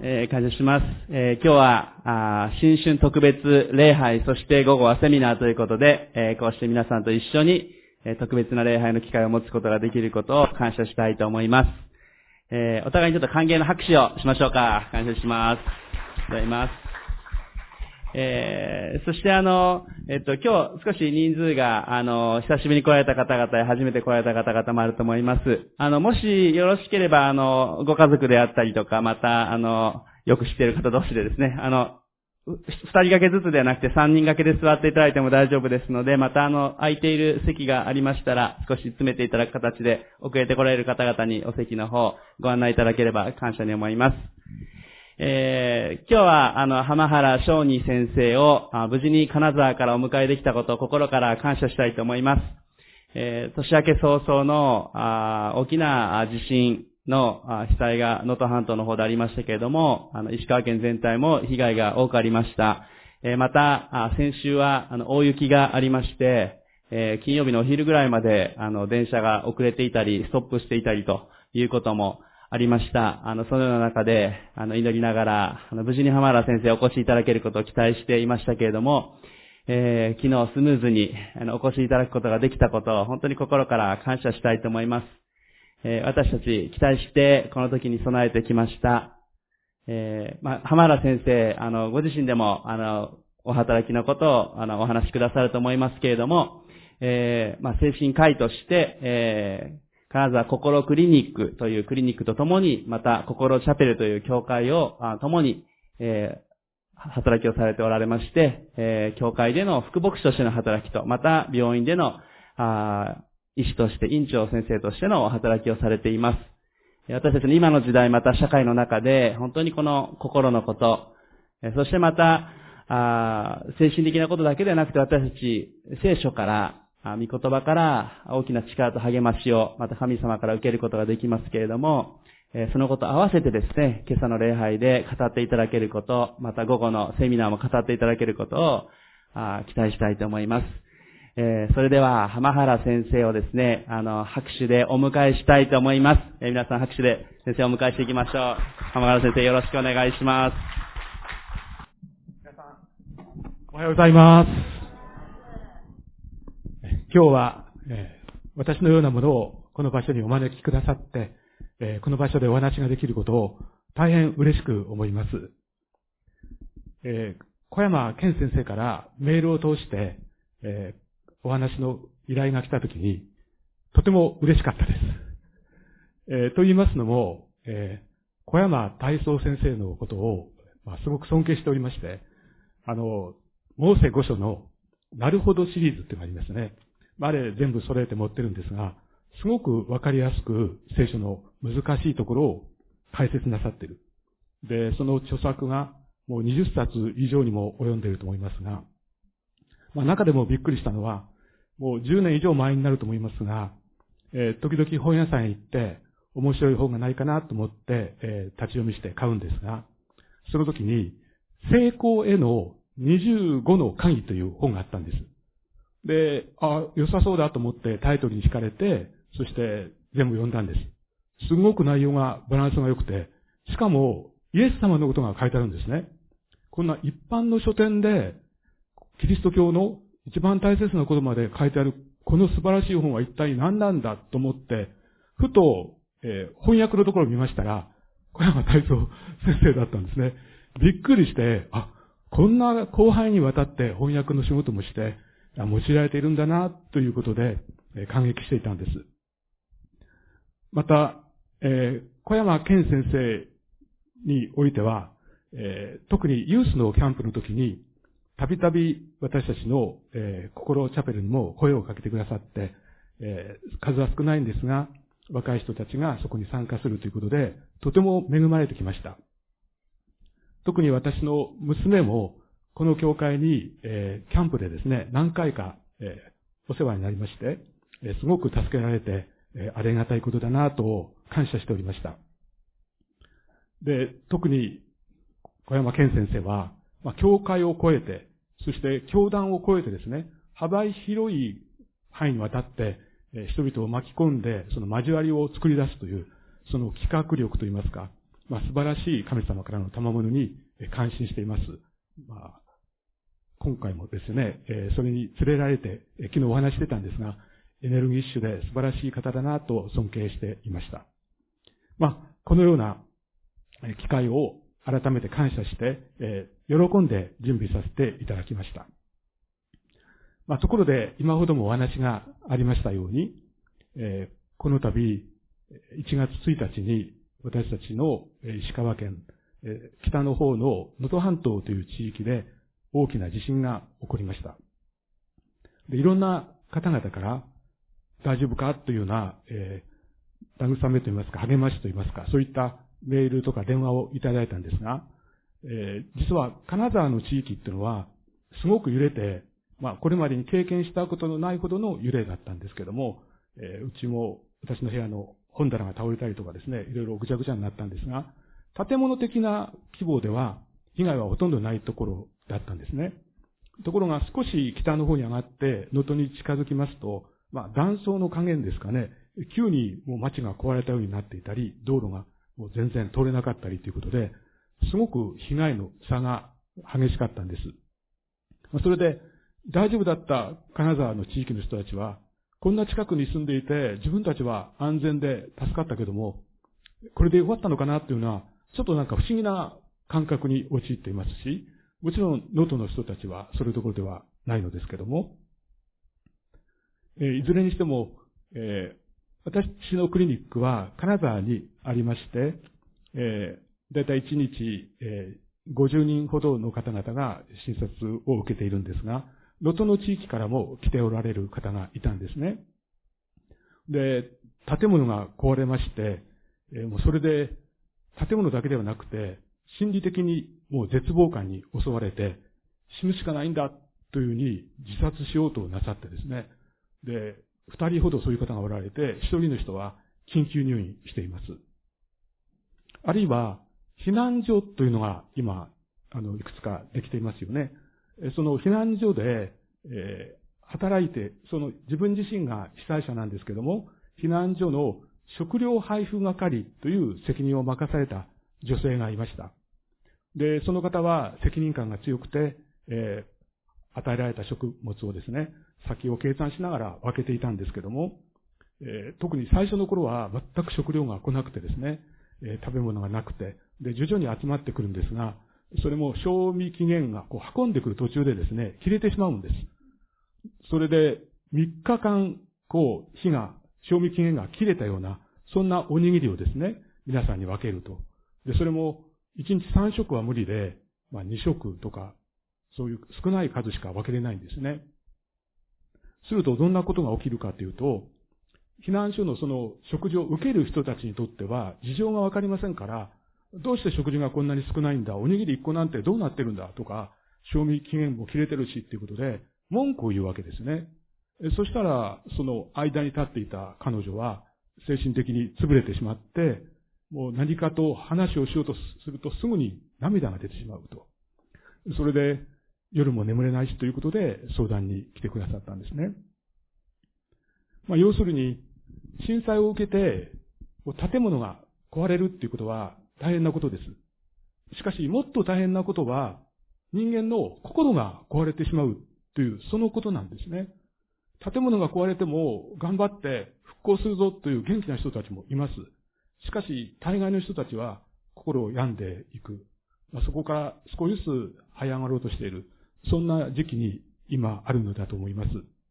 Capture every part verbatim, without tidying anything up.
えー、感謝します。えー、今日はあ新春特別礼拝、そして午後はセミナーということで、えー、こうして皆さんと一緒に、えー、特別な礼拝の機会を持つことができることを感謝したいと思います。えー、お互いにちょっと歓迎の拍手をしましょうか。感謝します。ありがとうございます。えー、そしてあの、えっと、今日少し人数が、あの、久しぶりに来られた方々や初めて来られた方々もあると思います。あの、もしよろしければ、あの、ご家族であったりとか、また、あの、よく知っている方同士でですね、あの、二人掛けずつではなくて三人掛けで座っていただいても大丈夫ですので、またあの、空いている席がありましたら、少し詰めていただく形で、遅れて来られる方々にお席の方、ご案内いただければ感謝に思います。えー、今日は、あの、浜原昌二先生を、無事に金沢からお迎えできたことを心から感謝したいと思います。えー、年明け早々の、あ大きな地震の被災が能登半島の方でありましたけれども、あの、石川県全体も被害が多くありました。えー、また、先週は、あの、大雪がありまして、えー、金曜日のお昼ぐらいまで、あの、電車が遅れていたり、ストップしていたりということも、ありました。あの、そのような中で、あの、祈りながら、あの、無事に浜原先生お越しいただけることを期待していましたけれども、えー、昨日スムーズに、あの、お越しいただくことができたことを、本当に心から感謝したいと思います。えー、私たち期待して、この時に備えてきました。えー、まあ、浜原先生、あの、ご自身でも、あの、お働きのことを、あの、お話しくださると思いますけれども、えー、まあ、精神科医として、えー、金沢心クリニックというクリニックとともに、また心チャペルという教会をともに、えー、働きをされておられまして、えー、教会での副牧師としての働きと、また病院でのあ医師として、院長先生としての働きをされています。私たちの今の時代、また社会の中で、本当にこの心のこと、そしてまたあ精神的なことだけではなくて、私たち聖書から御言葉から大きな力と励ましを、また神様から受けることができますけれども、そのことを合わせてですね、今朝の礼拝で語っていただけること、また午後のセミナーも語っていただけることを期待したいと思います。それでは、浜原先生をですね、あの、拍手でお迎えしたいと思います。皆さん拍手で先生をお迎えしていきましょう。浜原先生よろしくお願いします。 皆さん、おはようございます。今日は、えー、私のようなものをこの場所にお招きくださって、えー、この場所でお話ができることを大変嬉しく思います。えー、小山健先生からメールを通して、えー、お話の依頼が来たときにとても嬉しかったです。えー、と言いますのも、えー、小山大宗先生のことを、まあ、すごく尊敬しておりまして、あの、モーセ五書のなるほどシリーズっていうのがありますね。あれ全部揃えて持ってるんですが、すごくわかりやすく聖書の難しいところを解説なさっている。で、その著作がもうにじゅっさつ以上にも及んでいると思いますが、まあ中でもびっくりしたのは、もうじゅうねん以上前になると思いますが、えー、時々本屋さんへ行って面白い本がないかなと思って、えー、立ち読みして買うんですが、その時に成功へのにじゅうごの鍵という本があったんです。で、あ、良さそうだと思ってタイトルに惹かれて、そして全部読んだんです。すごく内容がバランスが良くて、しかもイエス様のことが書いてあるんですね。こんな一般の書店で、キリスト教の一番大切なことまで書いてある、この素晴らしい本は一体何なんだと思って、ふと、えー、翻訳のところを見ましたら、小山大宗先生だったんですね。びっくりして、あ、こんな広範囲にわたって翻訳の仕事もして、用いられているんだな、ということで、えー、感激していたんです。また、えー、小山健先生においては、えー、特にユースのキャンプの時に、たびたび私たちの、えー、心チャペルにも声をかけてくださって、えー、数は少ないんですが、若い人たちがそこに参加するということで、とても恵まれてきました。特に私の娘も、この教会に、えー、キャンプでですね、何回か、えー、お世話になりまして、えー、すごく助けられて、えー、ありがたいことだなと感謝しておりました。で、特に小山健先生は、まあ、教会を超えて、そして教団を超えてですね、幅広い範囲にわたって、えー、人々を巻き込んで、その交わりを作り出すという、その企画力といいますか、 まあ、素晴らしい神様からの賜物に感心しています。まあ、今回もですね、えー、それに連れられて、えー、昨日お話してたんですが、エネルギッシュで素晴らしい方だなと尊敬していました。まあ、このような機会を改めて感謝して、えー、喜んで準備させていただきました。まあ、ところで、今ほどもお話がありましたように、えー、この度、いちがつついたちに、私たちの石川県、えー、北の方の能登半島という地域で大きな地震が起こりました。で、いろんな方々から、大丈夫かというような、えー、慰めといいますか、励ましといいますか、そういったメールとか電話をいただいたんですが、えー、実は金沢の地域っていうのは、すごく揺れて、まあ、これまでに経験したことのないほどの揺れだったんですけども、えー、うちも私の部屋の本棚が倒れたりとかですね、いろいろぐちゃぐちゃになったんですが、建物的な規模では被害はほとんどないところだったんですね。ところが少し北の方に上がって能登に近づきますと、まあ断層の加減ですかね、急にもう街が壊れたようになっていたり、道路がもう全然通れなかったりということで、すごく被害の差が激しかったんです。それで大丈夫だった金沢の地域の人たちは、こんな近くに住んでいて、自分たちは安全で助かったけども、これで終わったのかなっていうのは、ちょっとなんか不思議な感覚に陥っていますし、もちろん能登の人たちはそれどころではないのですけども、えー、いずれにしても、えー、私のクリニックは金沢にありまして、えー、だいたいいちにち、えー、ごじゅうにんほどの方々が診察を受けているんですが、能登の地域からも来ておられる方がいたんですね。で、建物が壊れまして、えー、もうそれで建物だけではなくて、心理的にもう絶望感に襲われて、死ぬしかないんだというふうに自殺しようとなさってですね。で、二人ほどそういう方がおられて、一人の人は緊急入院しています。あるいは、避難所というのが今、あの、いくつかできていますよね。その避難所で、えー、働いて、その自分自身が被災者なんですけども、避難所の食料配布係という責任を任された女性がいました。で、その方は責任感が強くて、えー、与えられた食物をですね、先を計算しながら分けていたんですけども、えー、特に最初の頃は全く食料が来なくてですね、えー、食べ物がなくて、で、徐々に集まってくるんですが、それも賞味期限がこう運んでくる途中でですね、切れてしまうんです。それでみっかかん、こう、火が、賞味期限が切れたような、そんなおにぎりをですね、皆さんに分けると。で、それもいちにちさんしょくは無理で、まあにしょくとか、そういう少ない数しか分けれないんですね。するとどんなことが起きるかというと、避難所のその食事を受ける人たちにとっては事情がわかりませんから、どうして食事がこんなに少ないんだ、おにぎりいっこなんてどうなってるんだとか、賞味期限も切れてるしっていうことで文句を言うわけですね。そしたら、その間に立っていた彼女は精神的に潰れてしまって、もう何かと話をしようとするとすぐに涙が出てしまうと。それで夜も眠れないしということで相談に来てくださったんですね。まあ、要するに、震災を受けて建物が壊れるっていうことは大変なことです。しかし、もっと大変なことは、人間の心が壊れてしまうという、そのことなんですね。建物が壊れても頑張って復興するぞという元気な人たちもいます。しかし、大概の人たちは心を病んでいく。そこから少しずつ這い上がろうとしている。そんな時期に今あるのだと思います。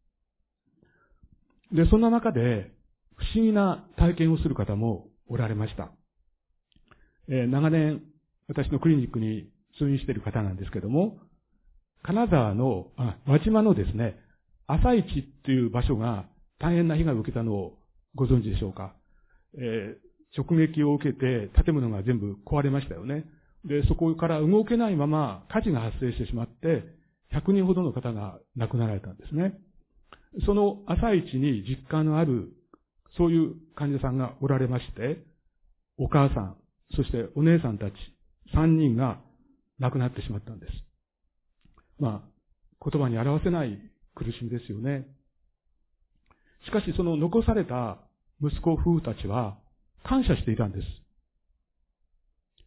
で、そんな中で不思議な体験をする方もおられました。えー、長年私のクリニックに通院している方なんですけども、金沢の、あ、輪島のですね、朝市っていう場所が大変な被害を受けたのをご存知でしょうか。えー、直撃を受けて建物が全部壊れましたよね。で、そこから動けないまま火事が発生してしまって、ひゃくにんほどの方が亡くなられたんですね。その朝市に実感のある、そういう患者さんがおられまして、お母さん、そしてお姉さんたちさんにんが亡くなってしまったんです。まあ、言葉に表せない苦しみですよね。しかしその残された息子夫婦たちは感謝していたんです。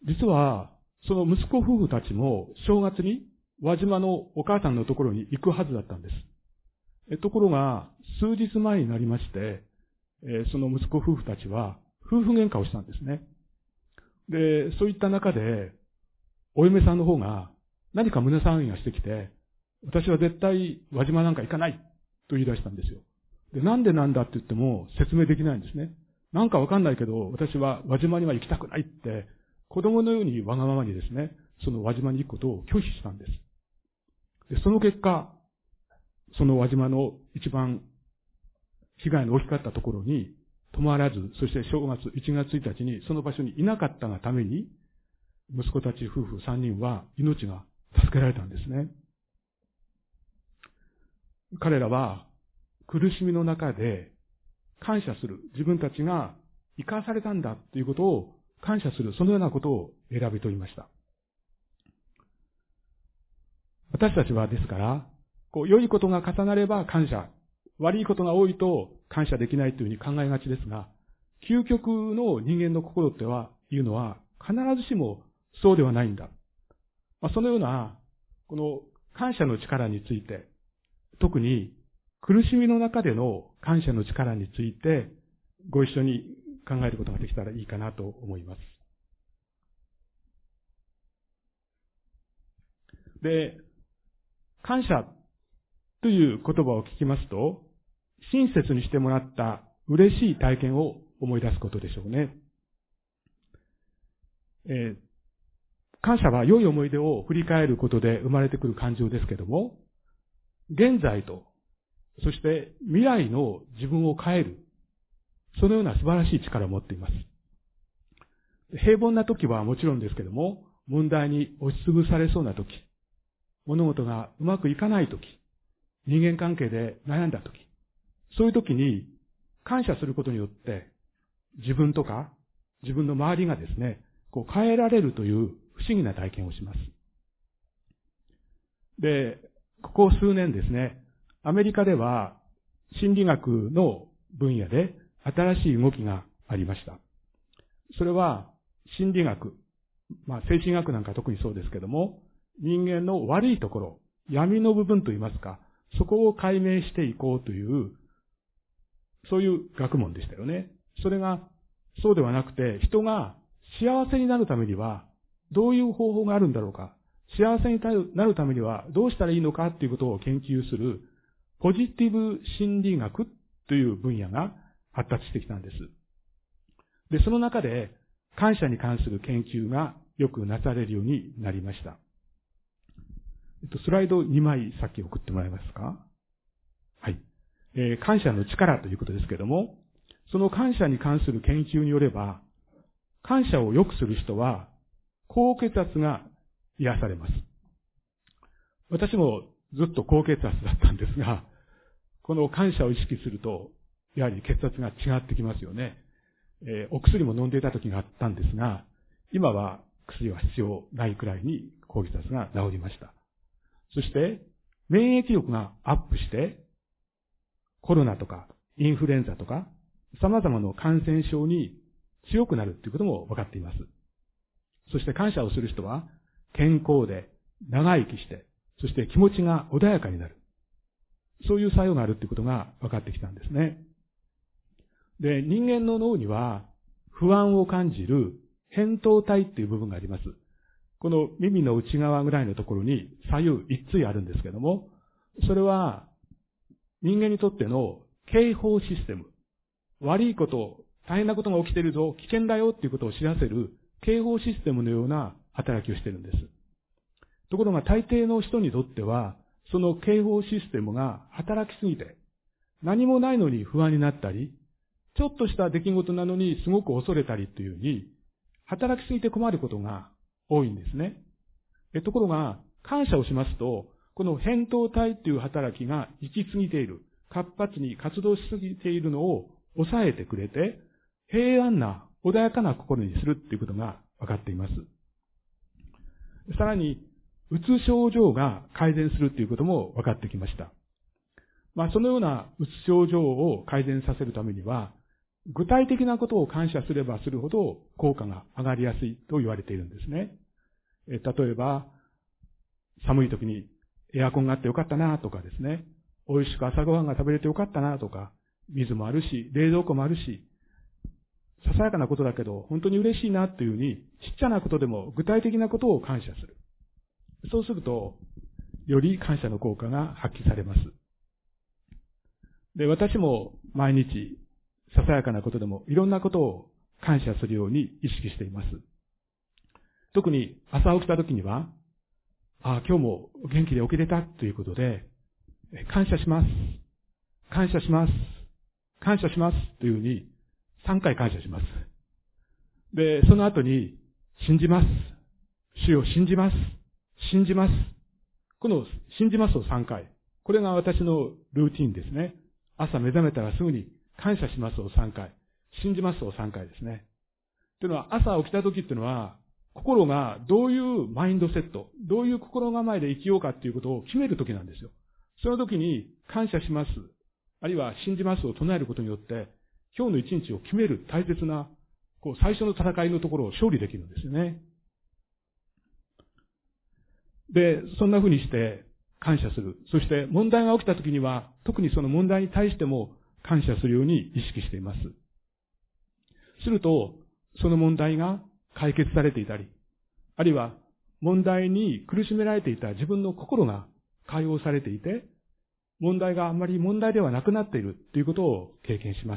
実は、その息子夫婦たちも正月に輪島のお母さんのところに行くはずだったんです。えところが、数日前になりまして、えその息子夫婦たちは夫婦喧嘩をしたんですね。で、そういった中で、お嫁さんの方が何か胸騒ぎがしてきて、私は絶対輪島なんか行かないと言い出したんですよ。で、なんでなんだって言っても説明できないんですね。なんかわかんないけど、私は輪島には行きたくないって、子供のようにわがままにですね、その輪島に行くことを拒否したんです。で、その結果、その輪島の一番被害の大きかったところに泊まらず、そして正月いちがつついたちにその場所にいなかったがために、息子たち夫婦さんにんは命が助けられたんですね。彼らは苦しみの中で感謝する、自分たちが生かされたんだということを感謝する、そのようなことを選び取りました。私たちはですから、こう良いことが重なれば感謝、悪いことが多いと感謝できないというふうに考えがちですが、究極の人間の心っては、いうのは必ずしもそうではないんだ。まあ、そのような、この感謝の力について、特に苦しみの中での感謝の力について、ご一緒に考えることができたらいいかなと思います。で、感謝という言葉を聞きますと、親切にしてもらった嬉しい体験を思い出すことでしょうね。えー、感謝は良い思い出を振り返ることで生まれてくる感情ですけども、現在と、そして未来の自分を変える、そのような素晴らしい力を持っています。平凡な時はもちろんですけども、問題に押しつぶされそうな時、物事がうまくいかない時、人間関係で悩んだ時、そういう時に感謝することによって、自分とか自分の周りがですね、こう変えられるという不思議な体験をします。で、ここ数年ですね、アメリカでは心理学の分野で新しい動きがありました。それは心理学、まあ精神学なんか特にそうですけども、人間の悪いところ、闇の部分といいますか、そこを解明していこうという、そういう学問でしたよね。それがそうではなくて、人が幸せになるためにはどういう方法があるんだろうか、幸せになるためにはどうしたらいいのかということを研究するポジティブ心理学という分野が発達してきたんです。で、その中で感謝に関する研究がよくなされるようになりました。えっと、スライドにまいさっき送ってもらえますか？はい。えー、感謝の力ということですけども、その感謝に関する研究によれば、感謝を良くする人は高血圧が癒されます。私もずっと高血圧だったんですが、この感謝を意識すると、やはり血圧が違ってきますよね。えー、お薬も飲んでいた時があったんですが、今は薬は必要ないくらいに高血圧が治りました。そして、免疫力がアップして、コロナとかインフルエンザとか、様々な感染症に強くなるということも分かっています。そして感謝をする人は、健康で長生きして、そして気持ちが穏やかになる。そういう作用があるということが分かってきたんですね。で、人間の脳には不安を感じる扁桃体っていう部分があります。この耳の内側ぐらいのところに左右一対あるんですけども、それは人間にとっての警報システム。悪いこと、大変なことが起きているぞ、危険だよっていうことを知らせる警報システムのような働きをしているんです。ところが大抵の人にとっては、その警報システムが働きすぎて、何もないのに不安になったり、ちょっとした出来事なのにすごく恐れたりというように、働きすぎて困ることが多いんですね。えところが、感謝をしますと、この扁桃体という働きが行き過ぎている、活発に活動しすぎているのを抑えてくれて、平安な穏やかな心にするということが分かっています。さらに、うつ症状が改善するということも分かってきました。まあ、そのようなうつ症状を改善させるためには、 具体的なことを感謝すればするほど効果が上がりやすいと言われているんですね。え例えば、寒い時にエアコンがあってよかったなとかですね、美味しく朝ごはんが食べれてよかったなとか、水もあるし、冷蔵庫もあるし、ささやかなことだけど、本当に嬉しいなというふうに、ちっちゃなことでも具体的なことを感謝する。そうすると、より感謝の効果が発揮されます。で、私も毎日、ささやかなことでもいろんなことを感謝するように意識しています。特に朝起きた時には、ああ、今日も元気で起きれたということで、感謝します。感謝します。感謝しますというふうにさんかい感謝します。で、その後に、信じます。主を信じます。信じます。この信じますをさんかい。これが私のルーティンですね。朝目覚めたらすぐに感謝しますをさんかい。信じますをさんかいですね。というのは朝起きた時っていうのは、心がどういうマインドセット、どういう心構えで生きようかっていうことを決める時なんですよ。その時に感謝します、あるいは信じますを唱えることによって、今日の一日を決める大切な、こう最初の戦いのところを勝利できるんですよね。で、そんな風にして感謝する。そして問題が起きた時には、特にその問題に対しても感謝するように意識しています。すると、その問題が解決されていたり、あるいは問題に苦しめられていた自分の心が解放されていて、問題があまり問題ではなくなっているということを経験します。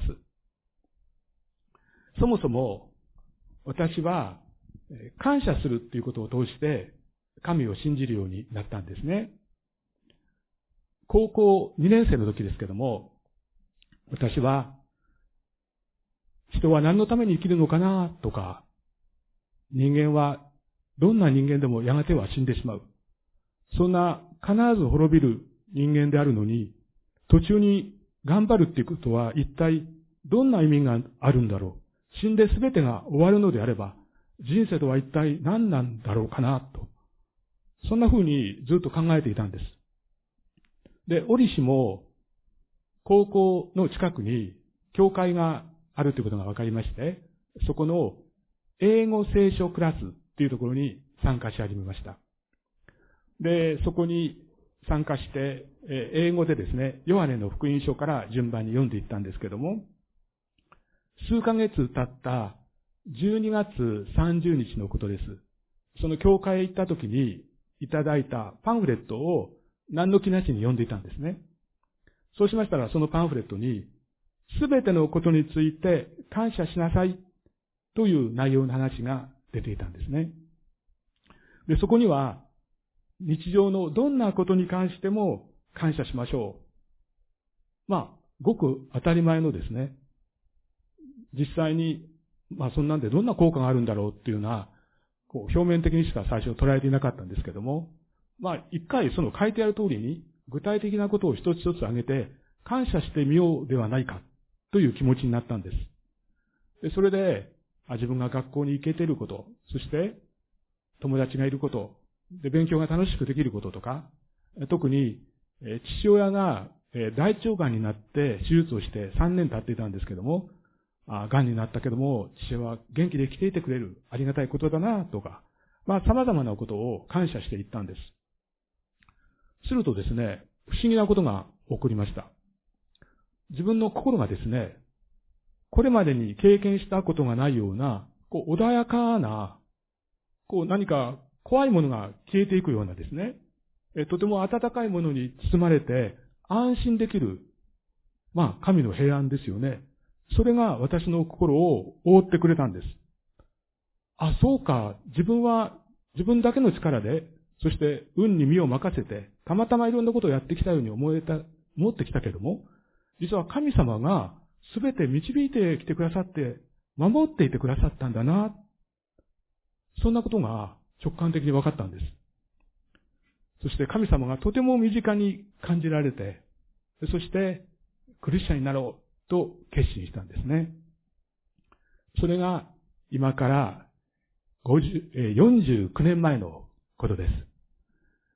そもそも私は感謝するということを通して神を信じるようになったんですね。高校にねん生の時ですけども、私は人は何のために生きるのかなとか、人間はどんな人間でもやがては死んでしまう。そんな必ず滅びる人間であるのに、途中に頑張るっていうことは一体どんな意味があるんだろう。死んで全てが終わるのであれば、人生とは一体何なんだろうかなと。そんな風にずっと考えていたんです。で、折しも高校の近くに教会があるということが分かりまして、そこの英語聖書クラスっていうところに参加し始めました。で、そこに参加して、英語でですね、ヨハネの福音書から順番に読んでいったんですけども、数ヶ月経ったじゅうにがつさんじゅうにちのことです。その教会へ行った時にいただいたパンフレットを何の気なしに読んでいたんですね。そうしましたらそのパンフレットに、すべてのことについて感謝しなさいという内容の話が出ていたんですね。で、そこには日常のどんなことに関しても感謝しましょう。まあ、ごく当たり前のですね、実際に、まあそんなんでどんな効果があるんだろうっていうのは、こう表面的にしか最初捉えていなかったんですけども、まあ一回その書いてある通りに具体的なことを一つ一つ挙げて感謝してみようではないかという気持ちになったんです。で、それで、あ自分が学校に行けていること、そして友達がいること、で勉強が楽しくできることとか、特に父親が大腸がんになって手術をしてさんねん経っていたんですけども、がんになったけども父親は元気で生きていてくれる、ありがたいことだなとか、まあ様々なことを感謝していったんです。するとですね、不思議なことが起こりました。自分の心がですね、これまでに経験したことがないような、こう穏やかな、こう何か怖いものが消えていくようなですね、えとても温かいものに包まれて安心できる、まあ神の平安ですよね。それが私の心を覆ってくれたんです。あ、そうか、自分は自分だけの力で、そして運に身を任せて、たまたまいろんなことをやってきたように思えた、思ってきたけども、実は神様が全て導いてきてくださって、守っていてくださったんだな。そんなことが直感的に分かったんです。そして神様がとても身近に感じられて、そしてクリスチャンになろうと決心したんですね。それが今からよんじゅうきゅうねんまえのことです。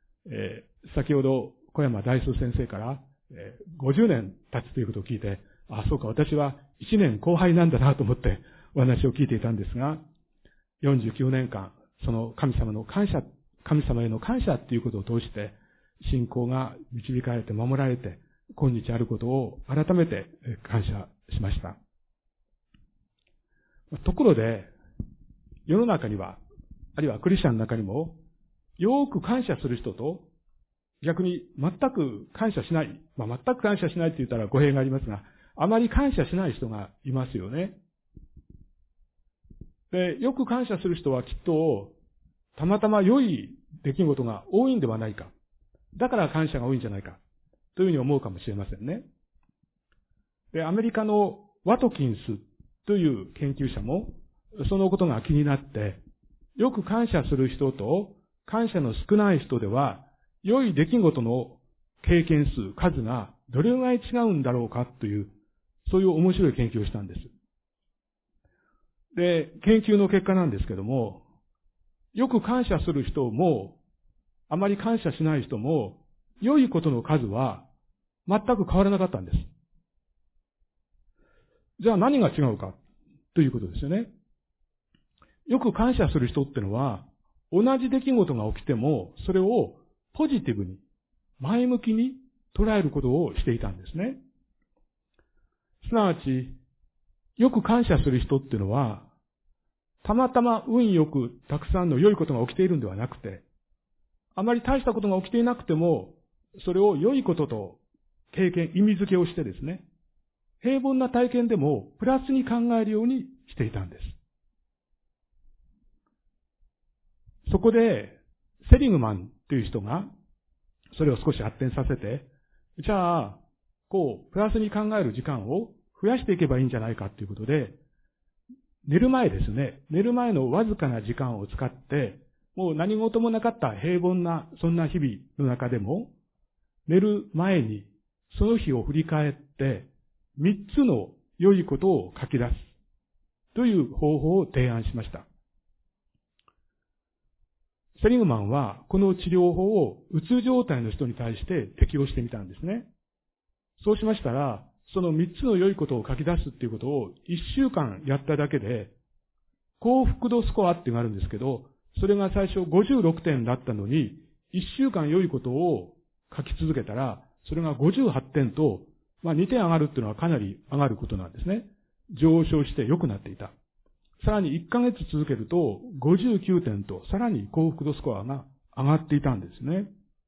えー、先ほど小山大輔先生から、えー、ごじゅうねん経つということを聞いて、 あ、そうか、私はいちねん後輩なんだなと思ってお話を聞いていたんですが、よんじゅうきゅうねんかん、その神様の感謝、神様への感謝っていうことを通して、信仰が導かれて守られて、今日あることを改めて感謝しました。ところで、世の中には、あるいはクリスチャンの中にも、よく感謝する人と、逆に全く感謝しない、まあ、全く感謝しないって言ったら語弊がありますが、あまり感謝しない人がいますよね。で、よく感謝する人はきっと、たまたま良い出来事が多いんではないか。だから感謝が多いんじゃないか。というふうに思うかもしれませんね。で、アメリカのワトキンスという研究者も、そのことが気になって、よく感謝する人と感謝の少ない人では、良い出来事の経験数、数がどれぐらい違うんだろうかという、そういう面白い研究をしたんです。で、研究の結果なんですけども、よく感謝する人も、あまり感謝しない人も、良いことの数は全く変わらなかったんです。じゃあ何が違うかということですよね。よく感謝する人ってのは、同じ出来事が起きても、それをポジティブに、前向きに捉えることをしていたんですね。すなわち、よく感謝する人っていうのは、たまたま運よくたくさんの良いことが起きているんではなくて、あまり大したことが起きていなくても、それを良いことと経験、意味付けをしてですね、平凡な体験でもプラスに考えるようにしていたんです。そこで、セリグマンという人が、それを少し発展させて、じゃあ、こう、プラスに考える時間を増やしていけばいいんじゃないかということで、寝る前ですね、寝る前のわずかな時間を使って、もう何事もなかった平凡な、そんな日々の中でも、寝る前にその日を振り返って、三つの良いことを書き出すという方法を提案しました。セリグマンはこの治療法をうつ状態の人に対して適用してみたんですね。そうしましたら、その三つの良いことを書き出すっていうことを一週間やっただけで、幸福度スコアっていうのがあるんですけど、それが最初ごじゅうろくてんだったのに、一週間良いことを書き続けたら、それがごじゅうはってんと、まあにてん上がるっていうのはかなり上がることなんですね。上昇して良くなっていた。さらにいっかげつ続けるとごじゅうきゅうてんと、さらに幸福度スコアが上がっていたんですね。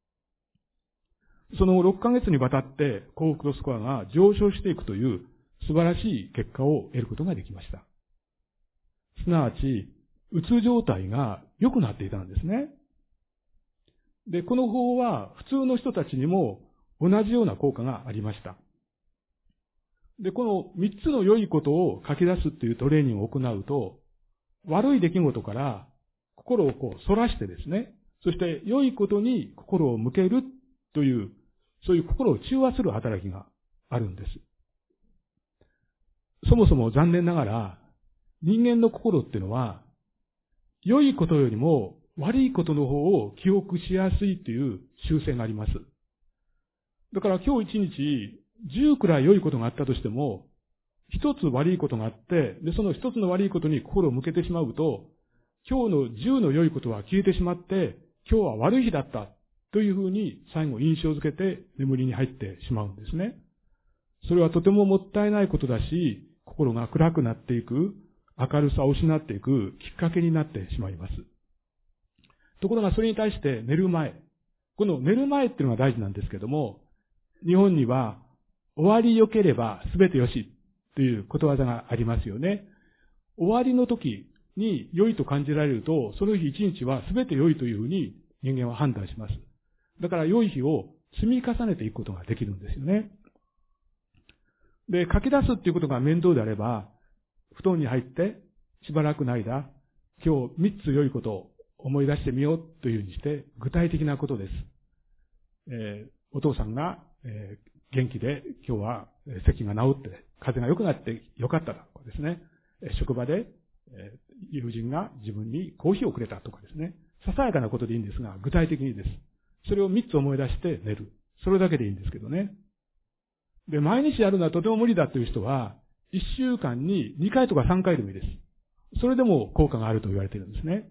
その後ろっかげつにわたって幸福度スコアが上昇していくという素晴らしい結果を得ることができました。すなわち、うつ状態が良くなっていたんですね。で、この方法は普通の人たちにも同じような効果がありました。で、この三つの良いことを書き出すっていうトレーニングを行うと、悪い出来事から心をこう反らしてですね、そして良いことに心を向けるという、そういう心を中和する働きがあるんです。そもそも残念ながら、人間の心っていうのは、良いことよりも悪いことの方を記憶しやすいという習性があります。だから今日一日、じゅうくらい良いことがあったとしても、一つ悪いことがあって、で、その一つの悪いことに心を向けてしまうと、今日のじゅうの良いことは消えてしまって、今日は悪い日だったというふうに最後印象づけて眠りに入ってしまうんですね。それはとてももったいないことだし、心が暗くなっていく、明るさを失っていくきっかけになってしまいます。ところがそれに対して寝る前、この寝る前っていうのが大事なんですけども、日本には終わり良ければすべてよしということわざがありますよね。終わりの時に良いと感じられると、その日一日はすべて良いというふうに人間は判断します。だから良い日を積み重ねていくことができるんですよね。で、書き出すっていうことが面倒であれば、布団に入ってしばらくの間、今日三つ良いことを思い出してみようというふうにして、具体的なことです。えー、お父さんが、えー、元気で今日は咳が治って、風邪が良くなって良かったとかですね。職場で、えー、友人が自分にコーヒーをくれたとかですね。ささやかなことでいいんですが、具体的にです。それを三つ思い出して寝る。それだけでいいんですけどね。 で、毎日やるのはとても無理だという人は、いっしゅうかんににかいとかさんかいでもいいです。それでも効果があると言われているんですね。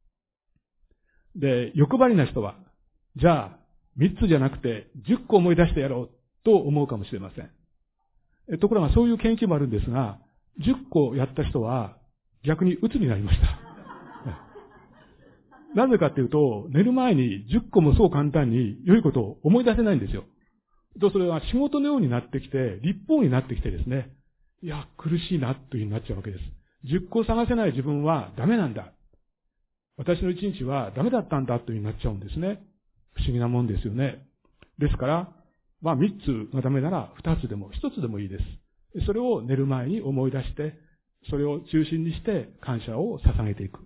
で、欲張りな人は、じゃあ、みっつじゃなくてじゅっこ思い出してやろうと思うかもしれません。ところがそういう研究もあるんですが、じゅっこやった人は逆に鬱になりました。なぜかというと、寝る前にじゅっこもそう簡単に良いことを思い出せないんですよ。と、それは仕事のようになってきて、立法になってきてですね、いや、苦しいなというふうになっちゃうわけです。じゅっこ探せない自分はダメなんだ。私の一日はダメだったんだというふうになっちゃうんですね。不思議なもんですよね。ですから、まあみっつがダメならふたつでもひとつでもいいです。それを寝る前に思い出して、それを中心にして感謝を捧げていく。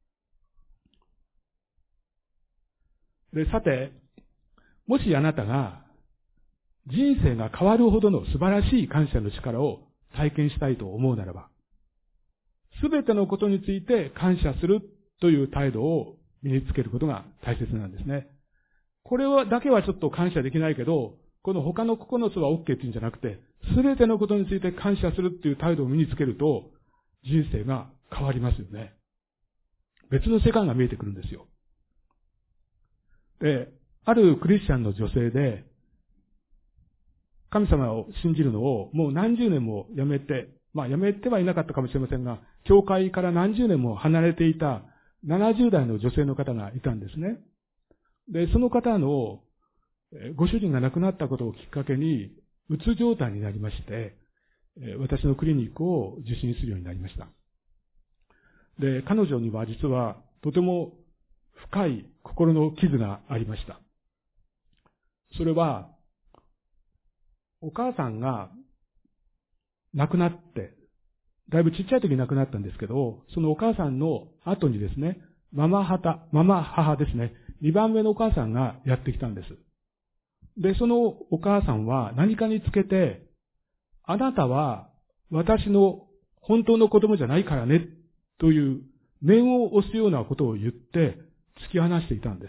で、さて、もしあなたが人生が変わるほどの素晴らしい感謝の力を体験したいと思うならば、すべてのことについて感謝するという態度を身につけることが大切なんですね。これはだけはちょっと感謝できないけど、この他のここのつは OK っていうんじゃなくて、すべてのことについて感謝するっていう態度を身につけると、人生が変わりますよね。別の世界が見えてくるんですよ。で、あるクリスチャンの女性で、神様を信じるのをもう何十年もやめて、まあやめてはいなかったかもしれませんが、教会から何十年も離れていたななじゅう代の女性の方がいたんですね。で、その方のご主人が亡くなったことをきっかけに、うつ状態になりまして、私のクリニックを受診するようになりました。で、彼女には実はとても深い心の傷がありました。それは、お母さんが亡くなって、だいぶちっちゃい時に亡くなったんですけど、そのお母さんの後にですね、ママ母、ママ母ですね、にばんめのお母さんがやってきたんです。で、そのお母さんは何かにつけて、あなたは私の本当の子供じゃないからね、という面を押すようなことを言って突き放していたんです。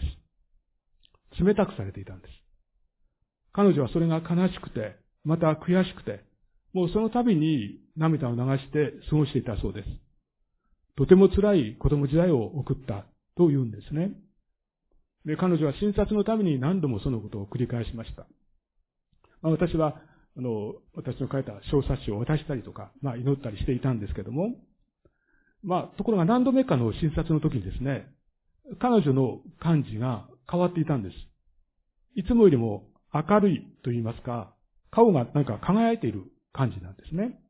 冷たくされていたんです。彼女はそれが悲しくて、また悔しくて、もうその度に涙を流して過ごしていたそうです。とても辛い子供時代を送ったと言うんですね。で、彼女は診察のために何度もそのことを繰り返しました。まあ、私は、あの、私の書いた小冊子を渡したりとか、まあ、祈ったりしていたんですけども、まあ、ところが何度目かの診察の時にですね、彼女の感じが変わっていたんです。いつもよりも明るいと言いますか、顔がなんか輝いている感じなんですね。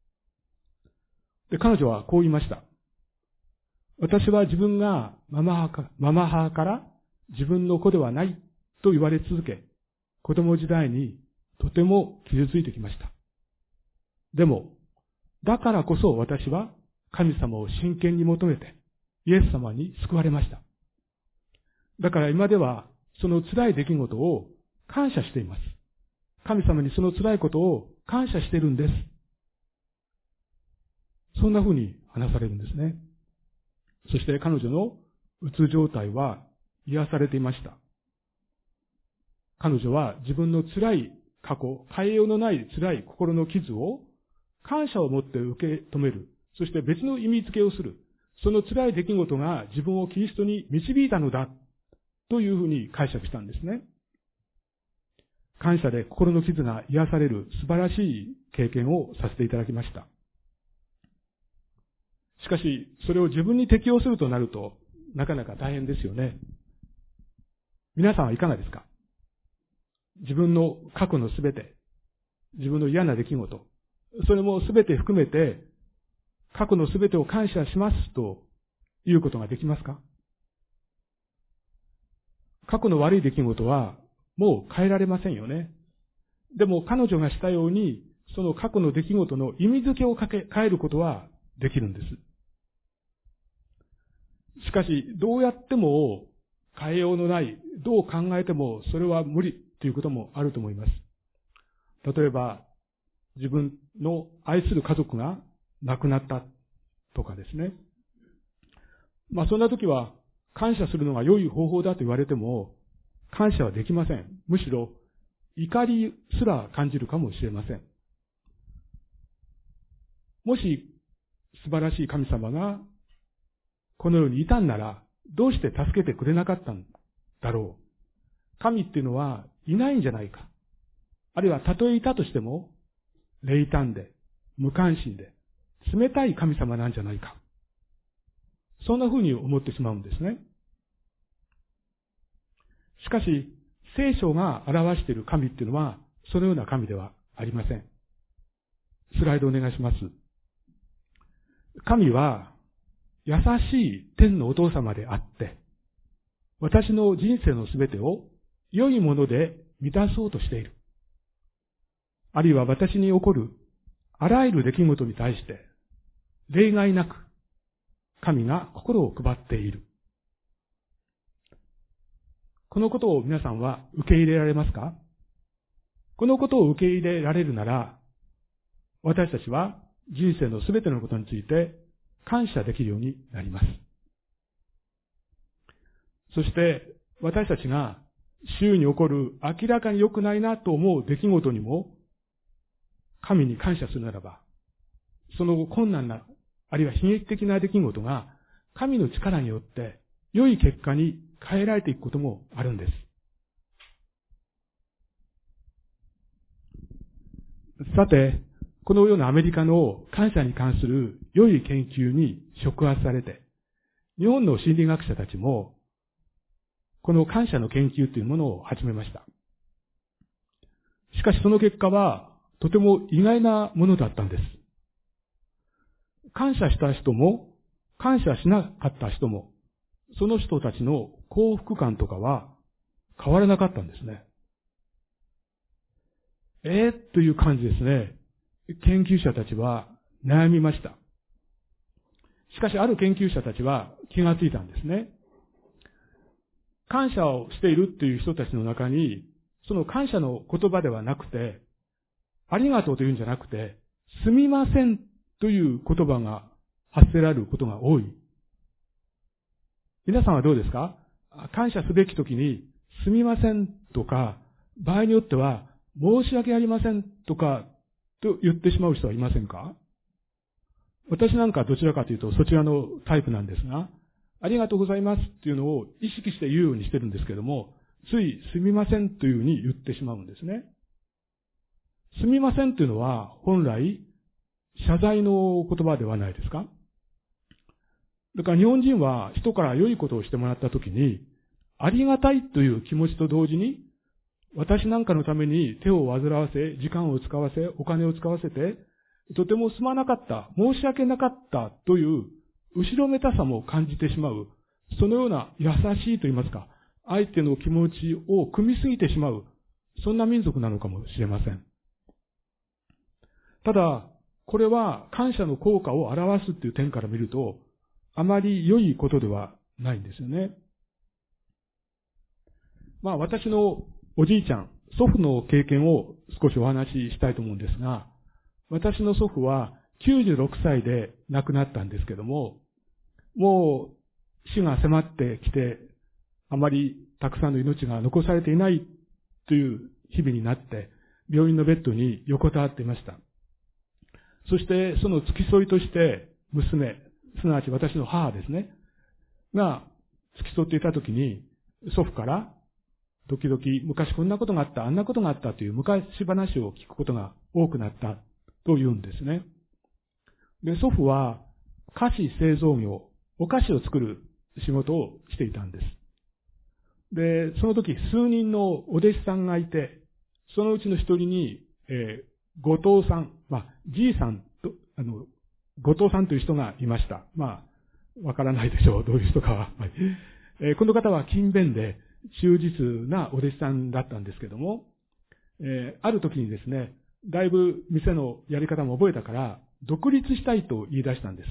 で、彼女はこう言いました。私は自分がママ母か、ママ母から自分の子ではないと言われ続け、子供時代にとても傷ついてきました。でも、だからこそ私は神様を真剣に求めて、イエス様に救われました。だから今ではその辛い出来事を感謝しています。神様にその辛いことを感謝しているんです。そんな風に話されるんですね。そして彼女のうつ状態は癒されていました。彼女は自分の辛い過去、変えようのない辛い心の傷を感謝を持って受け止める。そして別の意味付けをする。その辛い出来事が自分をキリストに導いたのだというふうに解釈したんですね。感謝で心の傷が癒される素晴らしい経験をさせていただきました。しかし、それを自分に適用するとなると、なかなか大変ですよね。皆さんはいかがですか？自分の過去のすべて、自分の嫌な出来事、それもすべて含めて、過去のすべてを感謝しますということができますか？過去の悪い出来事はもう変えられませんよね。でも彼女がしたように、その過去の出来事の意味付けをかけ変えることはできるんです。しかし、どうやっても変えようのない、どう考えてもそれは無理ということもあると思います。例えば、自分の愛する家族が亡くなったとかですね。まあそんな時は感謝するのが良い方法だと言われても感謝はできません。むしろ怒りすら感じるかもしれません。もし素晴らしい神様がこの世にいたんなら、どうして助けてくれなかったんだろう。神っていうのはいないんじゃないか。あるいはたとえいたとしても、冷淡で、無関心で、冷たい神様なんじゃないか。そんな風に思ってしまうんですね。しかし、聖書が表している神っていうのは、そのような神ではありません。スライドお願いします。神は、優しい天のお父様であって、私の人生のすべてを良いもので満たそうとしている。あるいは私に起こるあらゆる出来事に対して、例外なく神が心を配っている。このことを皆さんは受け入れられますか？このことを受け入れられるなら、私たちは人生のすべてのことについて感謝できるようになります。そして私たちが周囲に起こる明らかに良くないなと思う出来事にも神に感謝するならば、その困難な、あるいは悲劇的な出来事が神の力によって良い結果に変えられていくこともあるんです。さて、このようなアメリカの感謝に関する良い研究に触発されて、日本の心理学者たちも、この感謝の研究というものを始めました。しかしその結果は、とても意外なものだったんです。感謝した人も、感謝しなかった人も、その人たちの幸福感とかは変わらなかったんですね。えー、という感じですね。研究者たちは悩みました。しかしある研究者たちは気がついたんですね。感謝をしているという人たちの中に、その感謝の言葉ではなくて、ありがとうというんじゃなくて、すみませんという言葉が発せられることが多い。皆さんはどうですか？感謝すべきときに、すみませんとか、場合によっては、申し訳ありませんとか、と言ってしまう人はいませんか？私なんかどちらかというとそちらのタイプなんですが、ありがとうございますっていうのを意識して言うようにしてるんですけども、ついすみませんというふうに言ってしまうんですね。すみませんというのは本来謝罪の言葉ではないですか？だから日本人は人から良いことをしてもらったときに、ありがたいという気持ちと同時に、私なんかのために手を煩わせ、時間を使わせ、お金を使わせて、とてもすまなかった、申し訳なかったという後ろめたさも感じてしまう、そのような優しいと言いますか、相手の気持ちを汲みすぎてしまう、そんな民族なのかもしれません。ただ、これは感謝の効果を表すという点から見ると、あまり良いことではないんですよね。まあ私のおじいちゃん、祖父の経験を少しお話ししたいと思うんですが、私の祖父はきゅうじゅうろくさいで亡くなったんですけども、もう死が迫ってきて、あまりたくさんの命が残されていないという日々になって、病院のベッドに横たわっていました。そしてその付き添いとして娘、すなわち私の母ですね、が付き添っていたときに、祖父から、時々昔こんなことがあった、あんなことがあったという昔話を聞くことが多くなったと言うんですね。で、祖父は菓子製造業、お菓子を作る仕事をしていたんです。で、その時数人のお弟子さんがいて、そのうちの一人に、えー、後藤さん、まあ、じいさんと、あの、後藤さんという人がいました。まあ、わからないでしょう、どういう人かは。はい、えー、この方は勤勉で、忠実なお弟子さんだったんですけども、えー、ある時にですね、だいぶ店のやり方も覚えたから、独立したいと言い出したんです。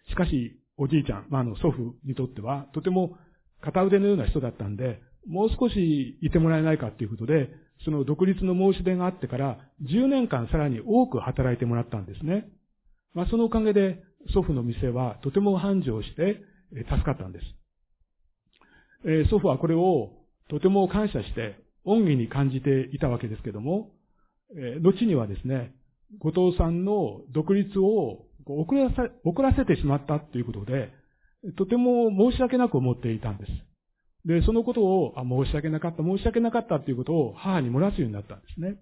しかし、おじいちゃん、まあ、あの祖父にとっては、とても片腕のような人だったんで、もう少しいてもらえないかということで、その独立の申し出があってから、じゅうねんかんさらに多く働いてもらったんですね。まあ、そのおかげで、祖父の店はとても繁盛して、助かったんです。えー、祖父はこれをとても感謝して、 恩義に感じていたわけですけども、えー、後にはですね、後藤さんの独立を遅らせ、遅らせてしまったということで、とても申し訳なく思っていたんです。で、そのことを、あ、申し訳なかった、申し訳なかったということを母に漏らすようになったんですね。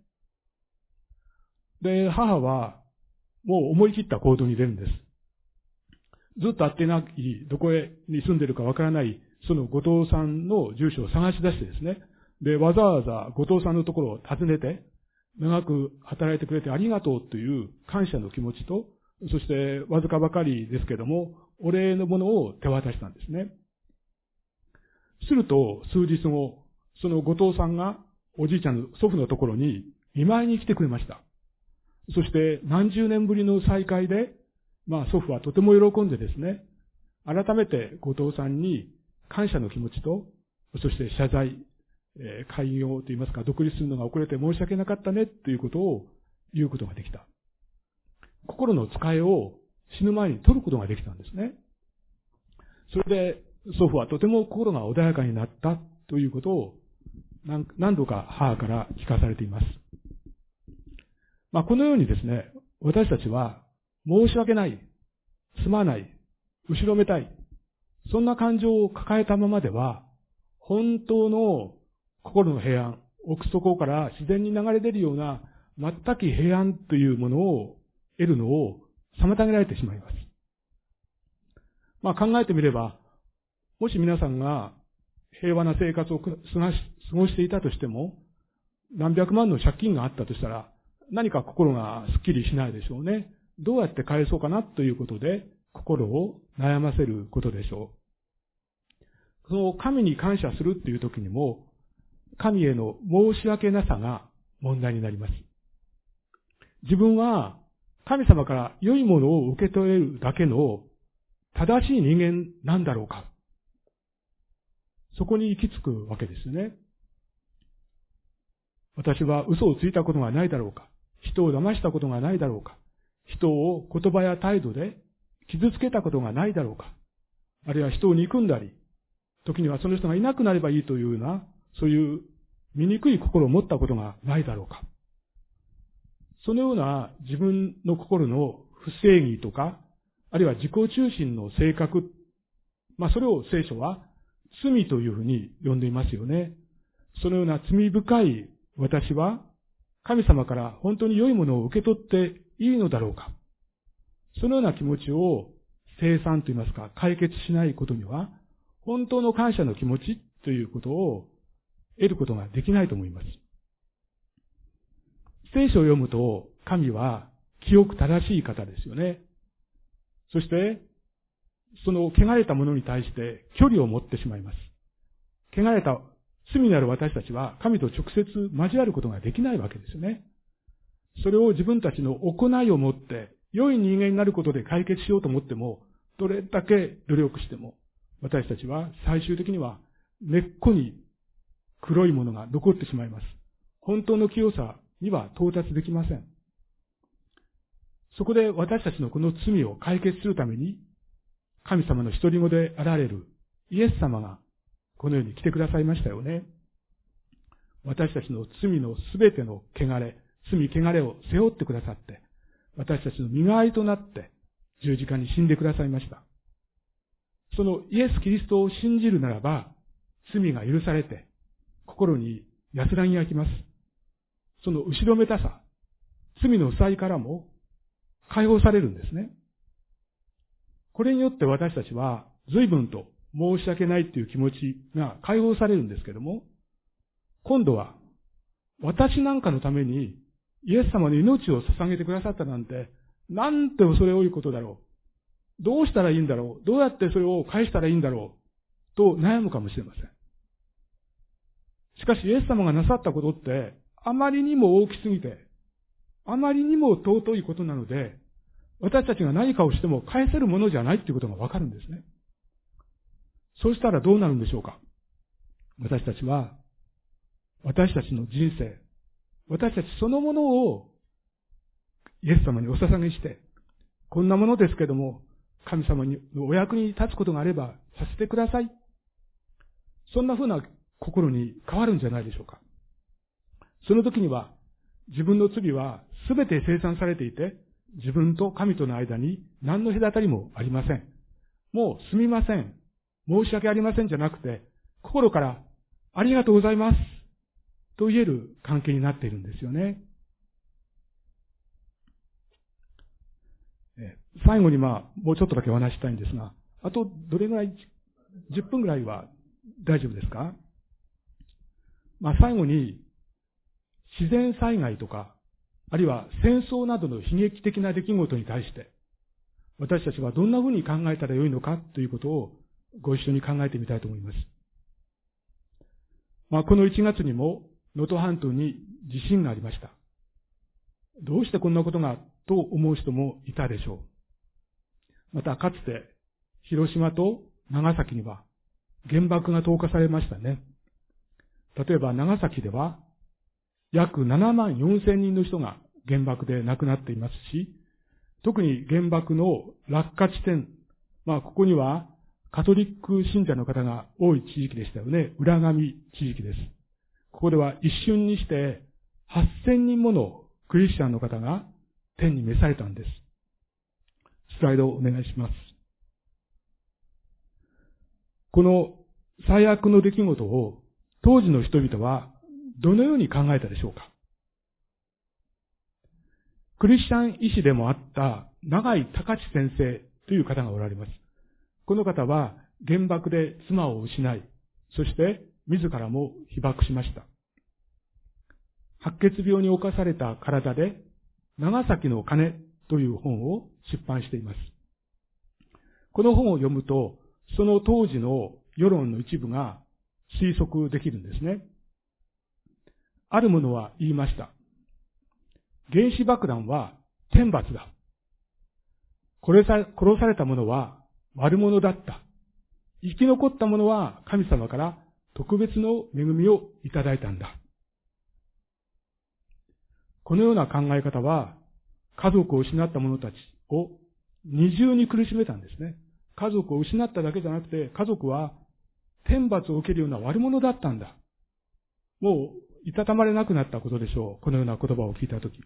で、母は、もう思い切った行動に出るんです。ずっと会ってない、どこへに住んでるかわからない、その後藤さんの住所を探し出してですね、で、わざわざ後藤さんのところを訪ねて、長く働いてくれてありがとうという感謝の気持ちと、そしてわずかばかりですけども、お礼のものを手渡したんですね。すると、数日後、その後藤さんがおじいちゃんの祖父のところに見舞いに来てくれました。そして何十年ぶりの再会で、まあ祖父はとても喜んでですね、改めて後藤さんに感謝の気持ちと、そして謝罪、えー、開業といいますか、独立するのが遅れて申し訳なかったねということを言うことができた。心の使いを死ぬ前に取ることができたんですね。それで祖父はとても心が穏やかになったということを何度か母から聞かされています。まあ、このようにですね、私たちは申し訳ない、すまない、後ろめたい、そんな感情を抱えたままでは、本当の心の平安、奥底から自然に流れ出るような全く平安というものを得るのを妨げられてしまいます。まあ、考えてみれば、もし皆さんが平和な生活を過ごしていたとしても、何百万の借金があったとしたら、何か心がすっきりしないでしょうね。どうやって返そうかなということで、心を悩ませることでしょう。その神に感謝するっていう時にも、神への申し訳なさが問題になります。自分は神様から良いものを受け取れるだけの正しい人間なんだろうか。そこに行き着くわけですよね。私は嘘をついたことがないだろうか。人を騙したことがないだろうか。人を言葉や態度で傷つけたことがないだろうか。あるいは人を憎んだり、時にはその人がいなくなればいいというような、そういう醜い心を持ったことがないだろうか。そのような自分の心の不正義とか、あるいは自己中心の性格、まあそれを聖書は罪というふうに呼んでいますよね。そのような罪深い私は神様から本当に良いものを受け取っていいのだろうか。そのような気持ちを清算といいますか解決しないことには本当の感謝の気持ちということを得ることができないと思います。聖書を読むと神は清く正しい方ですよね。そしてその汚れたものに対して距離を持ってしまいます。汚れた罪なる私たちは神と直接交わることができないわけですよね。それを自分たちの行いをもって良い人間になることで解決しようと思っても、どれだけ努力しても私たちは最終的には根っこに黒いものが残ってしまいます。本当の清さには到達できません。そこで私たちのこの罪を解決するために神様の一人子であられるイエス様がこのように来てくださいましたよね。私たちの罪のすべての汚れ、罪汚れを背負ってくださって、私たちの身代わりとなって十字架に死んでくださいました。そのイエス・キリストを信じるならば、罪が許されて、心に安らぎがきます。その後ろめたさ、罪の負債からも解放されるんですね。これによって私たちは随分と申し訳ないという気持ちが解放されるんですけども、今度は私なんかのためにイエス様の命を捧げてくださったなんて、なんて恐れ多いことだろう。どうしたらいいんだろう。どうやってそれを返したらいいんだろう。と悩むかもしれません。しかしイエス様がなさったことってあまりにも大きすぎて、あまりにも尊いことなので、私たちが何かをしても返せるものじゃないということがわかるんですね。そうしたらどうなるんでしょうか。私たちは、私たちの人生、私たちそのものをイエス様にお捧げして、こんなものですけども、神様にお役に立つことがあればさせてください。そんな風な心に変わるんじゃないでしょうか。 その時には自分の罪はすべて清算されていて、自分と神との間に何の隔たりもありません。もうすみません。申し訳ありませんじゃなくて、心からありがとうございますと言える関係になっているんですよね。最後にまあ、もうちょっとだけお話したいんですが、あとどれぐらい、じゅっぷんぐらいは大丈夫ですか？まあ最後に、自然災害とか、あるいは戦争などの悲劇的な出来事に対して、私たちはどんなふうに考えたらよいのかということをご一緒に考えてみたいと思います。まあこのいちがつにも能登半島に地震がありました。どうしてこんなことがと思う人もいたでしょう。またかつて広島と長崎には原爆が投下されましたね。例えば長崎では約ななまんよんせんにんの人が原爆で亡くなっていますし、特に原爆の落下地点、まあここにはカトリック信者の方が多い地域でしたよね。浦上地域です。ここでは一瞬にしてはっせんにんものクリスチャンの方が天に召されたんです。スライドをお願いします。この最悪の出来事を当時の人々はどのように考えたでしょうか。クリスチャン医師でもあった永井隆先生という方がおられます。この方は原爆で妻を失い、そして自らも被爆しました。白血病に侵された体で長崎の鐘という本を出版しています。この本を読むと、その当時の世論の一部が推測できるんですね。ある者は言いました。原子爆弾は天罰だ。殺さ、殺された者は悪者だった。生き残った者は神様から特別の恵みをいただいたんだ。このような考え方は家族を失った者たちを二重に苦しめたんですね。家族を失っただけじゃなくて、家族は天罰を受けるような悪者だったんだ。もういたたまれなくなったことでしょう。このような言葉を聞いたとき。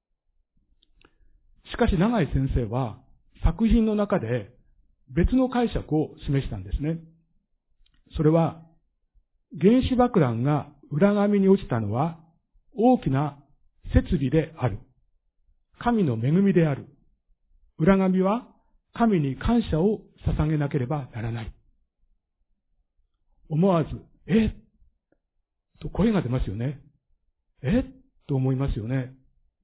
しかし永井先生は作品の中で別の解釈を示したんですね。それは原子爆弾が裏紙に落ちたのは大きな設備である。神の恵みである。裏紙は神に感謝を捧げなければならない。思わず、えと声が出ますよね。えと思いますよね。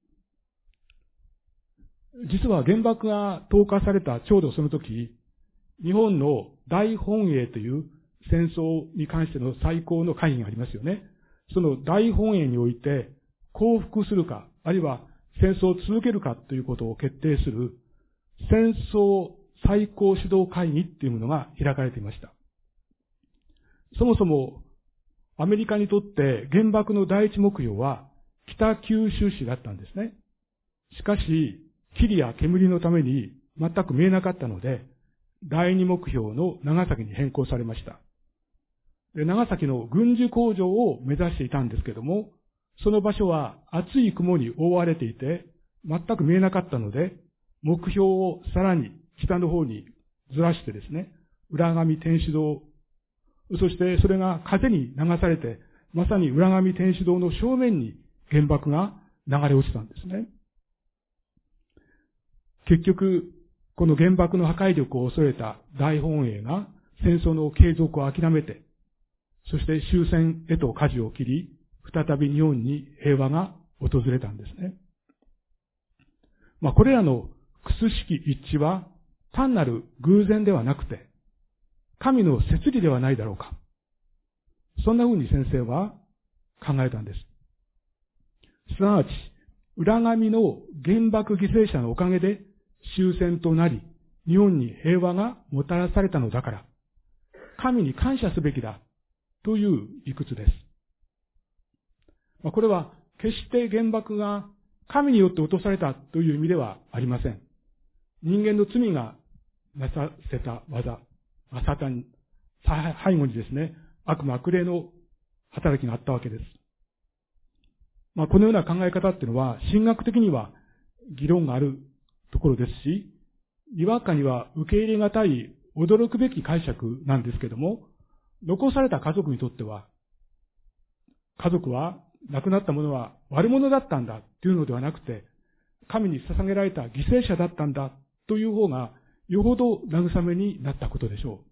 実は原爆が投下されたちょうどその時、日本の大本営という戦争に関しての最高の会議がありますよね。その大本営において降伏するか、あるいは戦争を続けるかということを決定する戦争最高指導会議っていうものが開かれていました。そもそもアメリカにとって原爆の第一目標は北九州市だったんですね。しかし、霧や煙のために全く見えなかったので、第二目標の長崎に変更されました。で、長崎の軍需工場を目指していたんですけども、その場所は厚い雲に覆われていて、全く見えなかったので、目標をさらに北の方にずらしてですね、浦上天主堂、そしてそれが風に流されて、まさに浦上天主堂の正面に原爆が流れ落ちたんですね。結局、この原爆の破壊力を恐れた大本営が戦争の継続を諦めて、そして終戦へと舵を切り、再び日本に平和が訪れたんですね。まあ、これらの屈式一致は単なる偶然ではなくて、神の摂理ではないだろうか。そんな風に先生は考えたんです。すなわち、浦上の原爆犠牲者のおかげで終戦となり、日本に平和がもたらされたのだから、神に感謝すべきだという理屈です。これは決して原爆が神によって落とされたという意味ではありません。人間の罪がなさせた技、サタン、背後にですね、悪魔悪霊の働きがあったわけです。 まあ、このような考え方っていうのは、神学的には議論があるところですし、にわかには受け入れがたい、驚くべき解釈なんですけども、残された家族にとっては、家族は、亡くなった者は悪者だったんだというのではなくて、神に捧げられた犠牲者だったんだという方が、よほど慰めになったことでしょ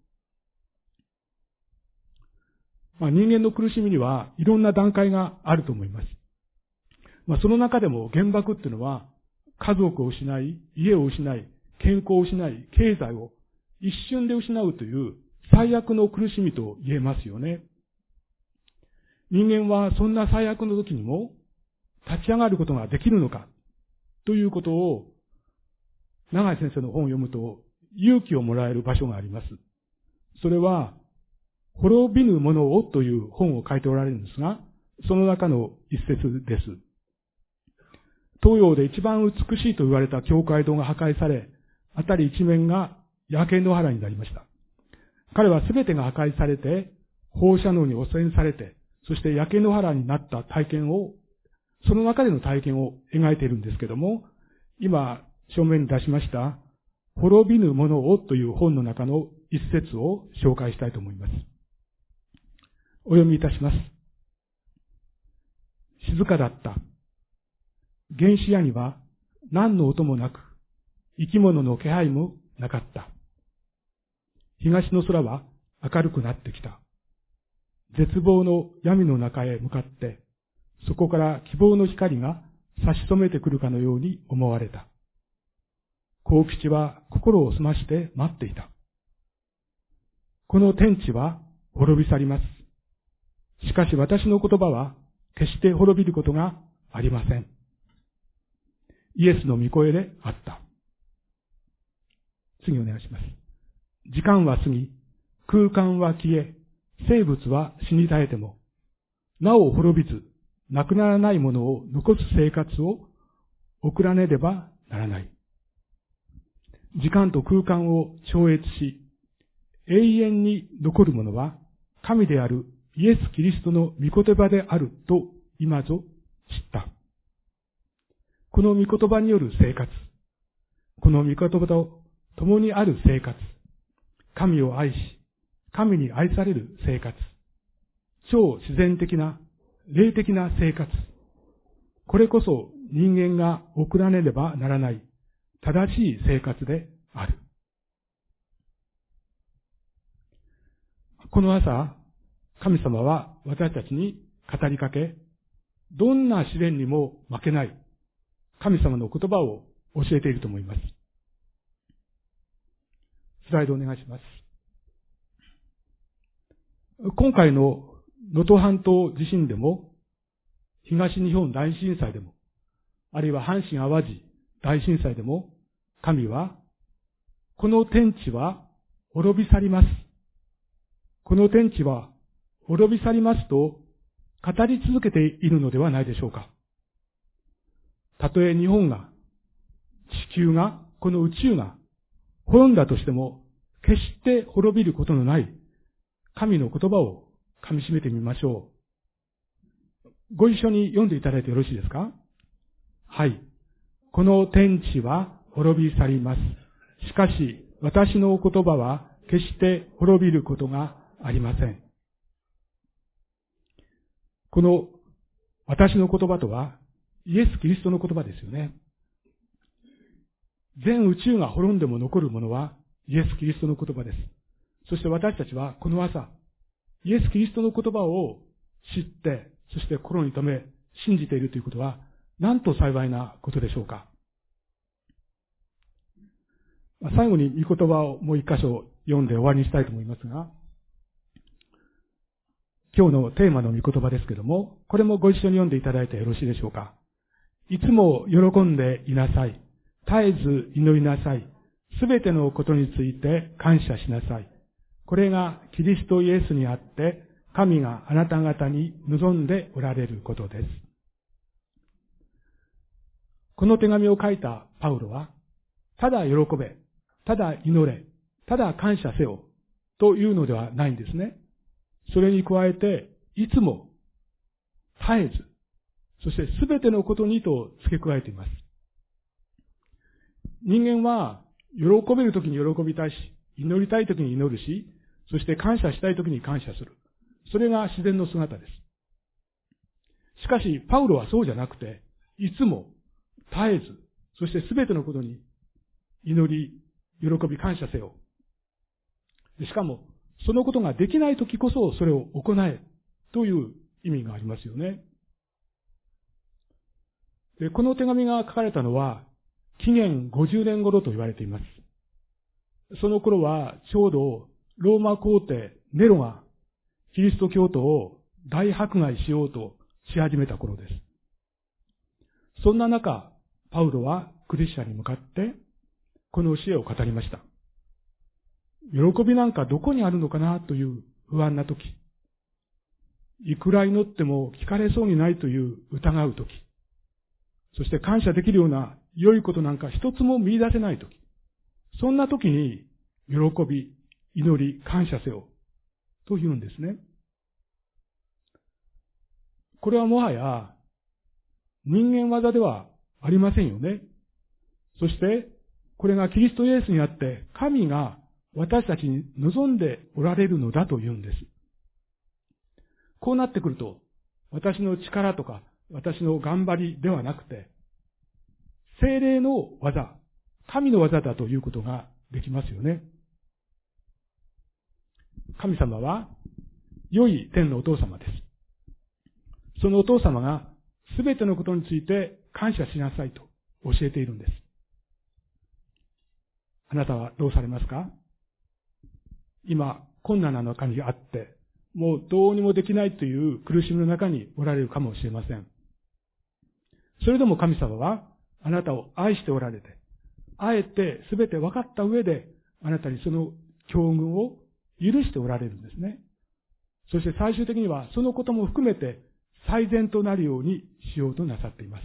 う。まあ、人間の苦しみにはいろんな段階があると思います。まあ、その中でも原爆っていうのは、家族を失い、家を失い、健康を失い、経済を一瞬で失うという最悪の苦しみと言えますよね。人間はそんな最悪の時にも立ち上がることができるのかということを、永井先生の本を読むと勇気をもらえる場所があります。それは、滅びぬ者をという本を書いておられるんですが、その中の一節です。東洋で一番美しいと言われた教会堂が破壊され、辺り一面が焼け野原になりました。彼はすべてが破壊されて、放射能に汚染されて、そして焼け野原になった体験を、その中での体験を描いているんですけども、今、正面に出しました、滅びぬ者をという本の中の一節を紹介したいと思います。お読みいたします。静かだった。原始屋には何の音もなく、生き物の気配もなかった。東の空は明るくなってきた。絶望の闇の中へ向かって、そこから希望の光が差し染めてくるかのように思われた。幸吉は心を澄まして待っていた。この天地は滅び去ります。しかし私の言葉は決して滅びることがありません。イエスの御声であった。次お願いします。時間は過ぎ、空間は消え、生物は死に絶えても、なお滅びず、なくならないものを残す生活を送らねればならない。時間と空間を超越し、永遠に残るものは、神であるイエス・キリストの御言葉であると今ぞ知った。この御言葉による生活、この御言葉と共にある生活、神を愛し、神に愛される生活、超自然的な、霊的な生活、これこそ人間が送らねればならない正しい生活である。この朝、神様は私たちに語りかけ、どんな試練にも負けない神様の言葉を教えていると思います。スライドお願いします。今回の能登半島地震でも、東日本大震災でも、あるいは阪神淡路大震災でも、神は、この天地は滅び去ります。この天地は滅び去りますと語り続けているのではないでしょうか。たとえ日本が、地球が、この宇宙が滅んだとしても、決して滅びることのない神の言葉を噛み締めてみましょう。ご一緒に読んでいただいてよろしいですか？はい。この天地は滅び去ります。しかし、私の言葉は決して滅びることがありません。この私の言葉とは、イエス・キリストの言葉ですよね。全宇宙が滅んでも残るものはイエス・キリストの言葉です。そして私たちはこの朝、イエス・キリストの言葉を知って、そして心に留め、信じているということは、なんと幸いなことでしょうか。最後に御言葉をもう一箇所読んで終わりにしたいと思いますが、今日のテーマの御言葉ですけども、これもご一緒に読んでいただいてよろしいでしょうか。いつも喜んでいなさい。絶えず祈りなさい。すべてのことについて感謝しなさい。これがキリストイエスにあって、神があなた方に望んでおられることです。この手紙を書いたパウロは、ただ喜べ、ただ祈れ、ただ感謝せよ、というのではないんですね。それに加えて、いつも絶えず、 そしてすべてのことにと付け加えています。人間は喜べるときに喜びたいし、祈りたいときに祈るし、そして感謝したいときに感謝する。それが自然の姿です。しかし、パウロはそうじゃなくて、いつも絶えず、そしてすべてのことに祈り、喜び、感謝せよ。しかも、そのことができないときこそそれを行えという意味がありますよね。で、この手紙が書かれたのは、紀元ごじゅうねん頃と言われています。その頃は、ちょうどローマ皇帝ネロがキリスト教徒を大迫害しようとし始めた頃です。そんな中、パウロはクリスチャンに向かって、この教えを語りました。喜びなんかどこにあるのかなという不安なとき、いくら祈っても聞かれそうにないという疑うとき、そして感謝できるような良いことなんか一つも見出せないとき、そんなときに喜び、祈り、感謝せよと言うんですね。これはもはや人間技ではありませんよね。そしてこれがキリストイエスにあって神が私たちに望んでおられるのだと言うんです。こうなってくると、私の力とか私の頑張りではなくて、聖霊の技、神の技だということができますよね。神様は良い天のお父様です。そのお父様がすべてのことについて感謝しなさいと教えているんです。あなたはどうされますか？今、困難な中にあって、もうどうにもできないという苦しみの中におられるかもしれません。それでも神様はあなたを愛しておられて、あえてすべて分かった上で、あなたにその境遇を許しておられるんですね。そして最終的にはそのことも含めて最善となるようにしようとなさっています。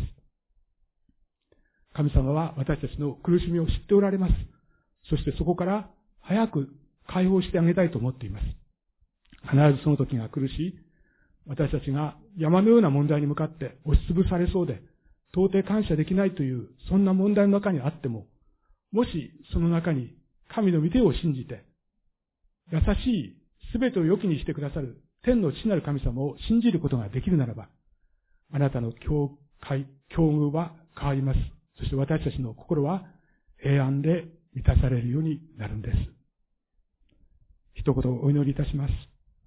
神様は私たちの苦しみを知っておられます。そしてそこから早く解放してあげたいと思っています。必ずその時が来るし、私たちが山のような問題に向かって押しつぶされそうで、到底感謝できないという、そんな問題の中にあっても、もしその中に神の御手を信じて、優しいすべてを良きにしてくださる天の父なる神様を信じることができるならば、あなたの境界、境遇は変わります。そして私たちの心は平安で満たされるようになるんです。一言お祈りいたします。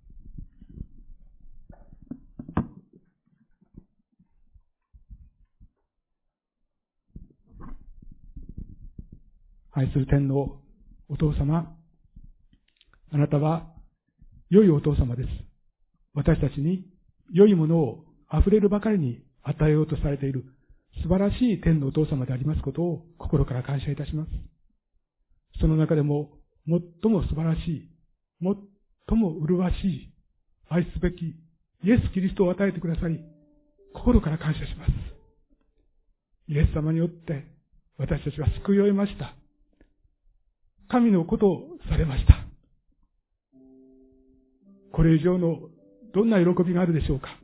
愛する天のお父様、あなたは良いお父様です。私たちに良いものを溢れるばかりに与えようとされている素晴らしい天のお父様でありますことを心から感謝いたします。その中でも最も素晴らしい、最も麗しい、愛すべきイエス・キリストを与えてくださり、心から感謝します。イエス様によって私たちは救いを得ました。神のことをされました。これ以上のどんな喜びがあるでしょうか。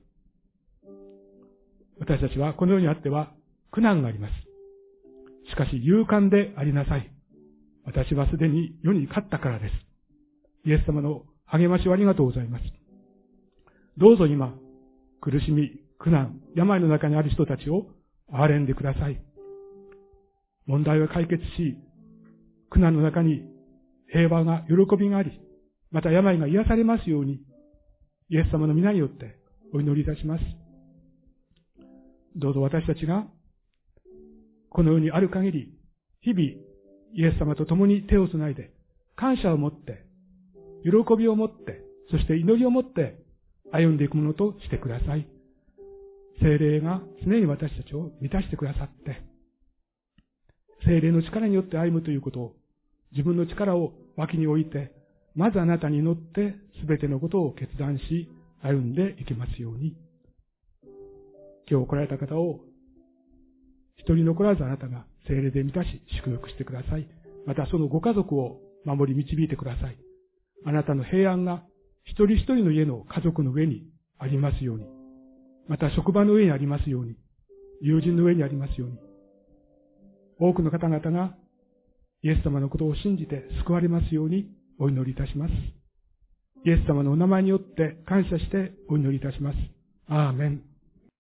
私たちはこの世にあっては苦難があります。しかし勇敢でありなさい。私はすでに世に勝ったからです。イエス様の励ましをありがとうございます。どうぞ今、苦しみ、苦難、病の中にある人たちを憐れんでください。問題は解決し、苦難の中に平和が、喜びがあり、また病が癒されますように、イエス様の皆によってお祈りいたします。どうぞ私たちが、この世にある限り、日々、イエス様と共に手をつないで、感謝を持って、喜びを持って、そして祈りを持って歩んでいくものとしてください。聖霊が常に私たちを満たしてくださって、聖霊の力によって歩むということを、自分の力を脇に置いて、まずあなたに祈って全てのことを決断し、歩んでいきますように。今日来られた方を、一人残らずあなたが聖霊で満たし、祝福してください。またそのご家族を守り導いてください。あなたの平安が一人一人の家の家族の上にありますように。 また職場の上にありますように、友人の上にありますように、多くの方々がイエス様のことを信じて救われますようにお祈りいたします。イエス様のお名前によって感謝してお祈りいたします。アーメン。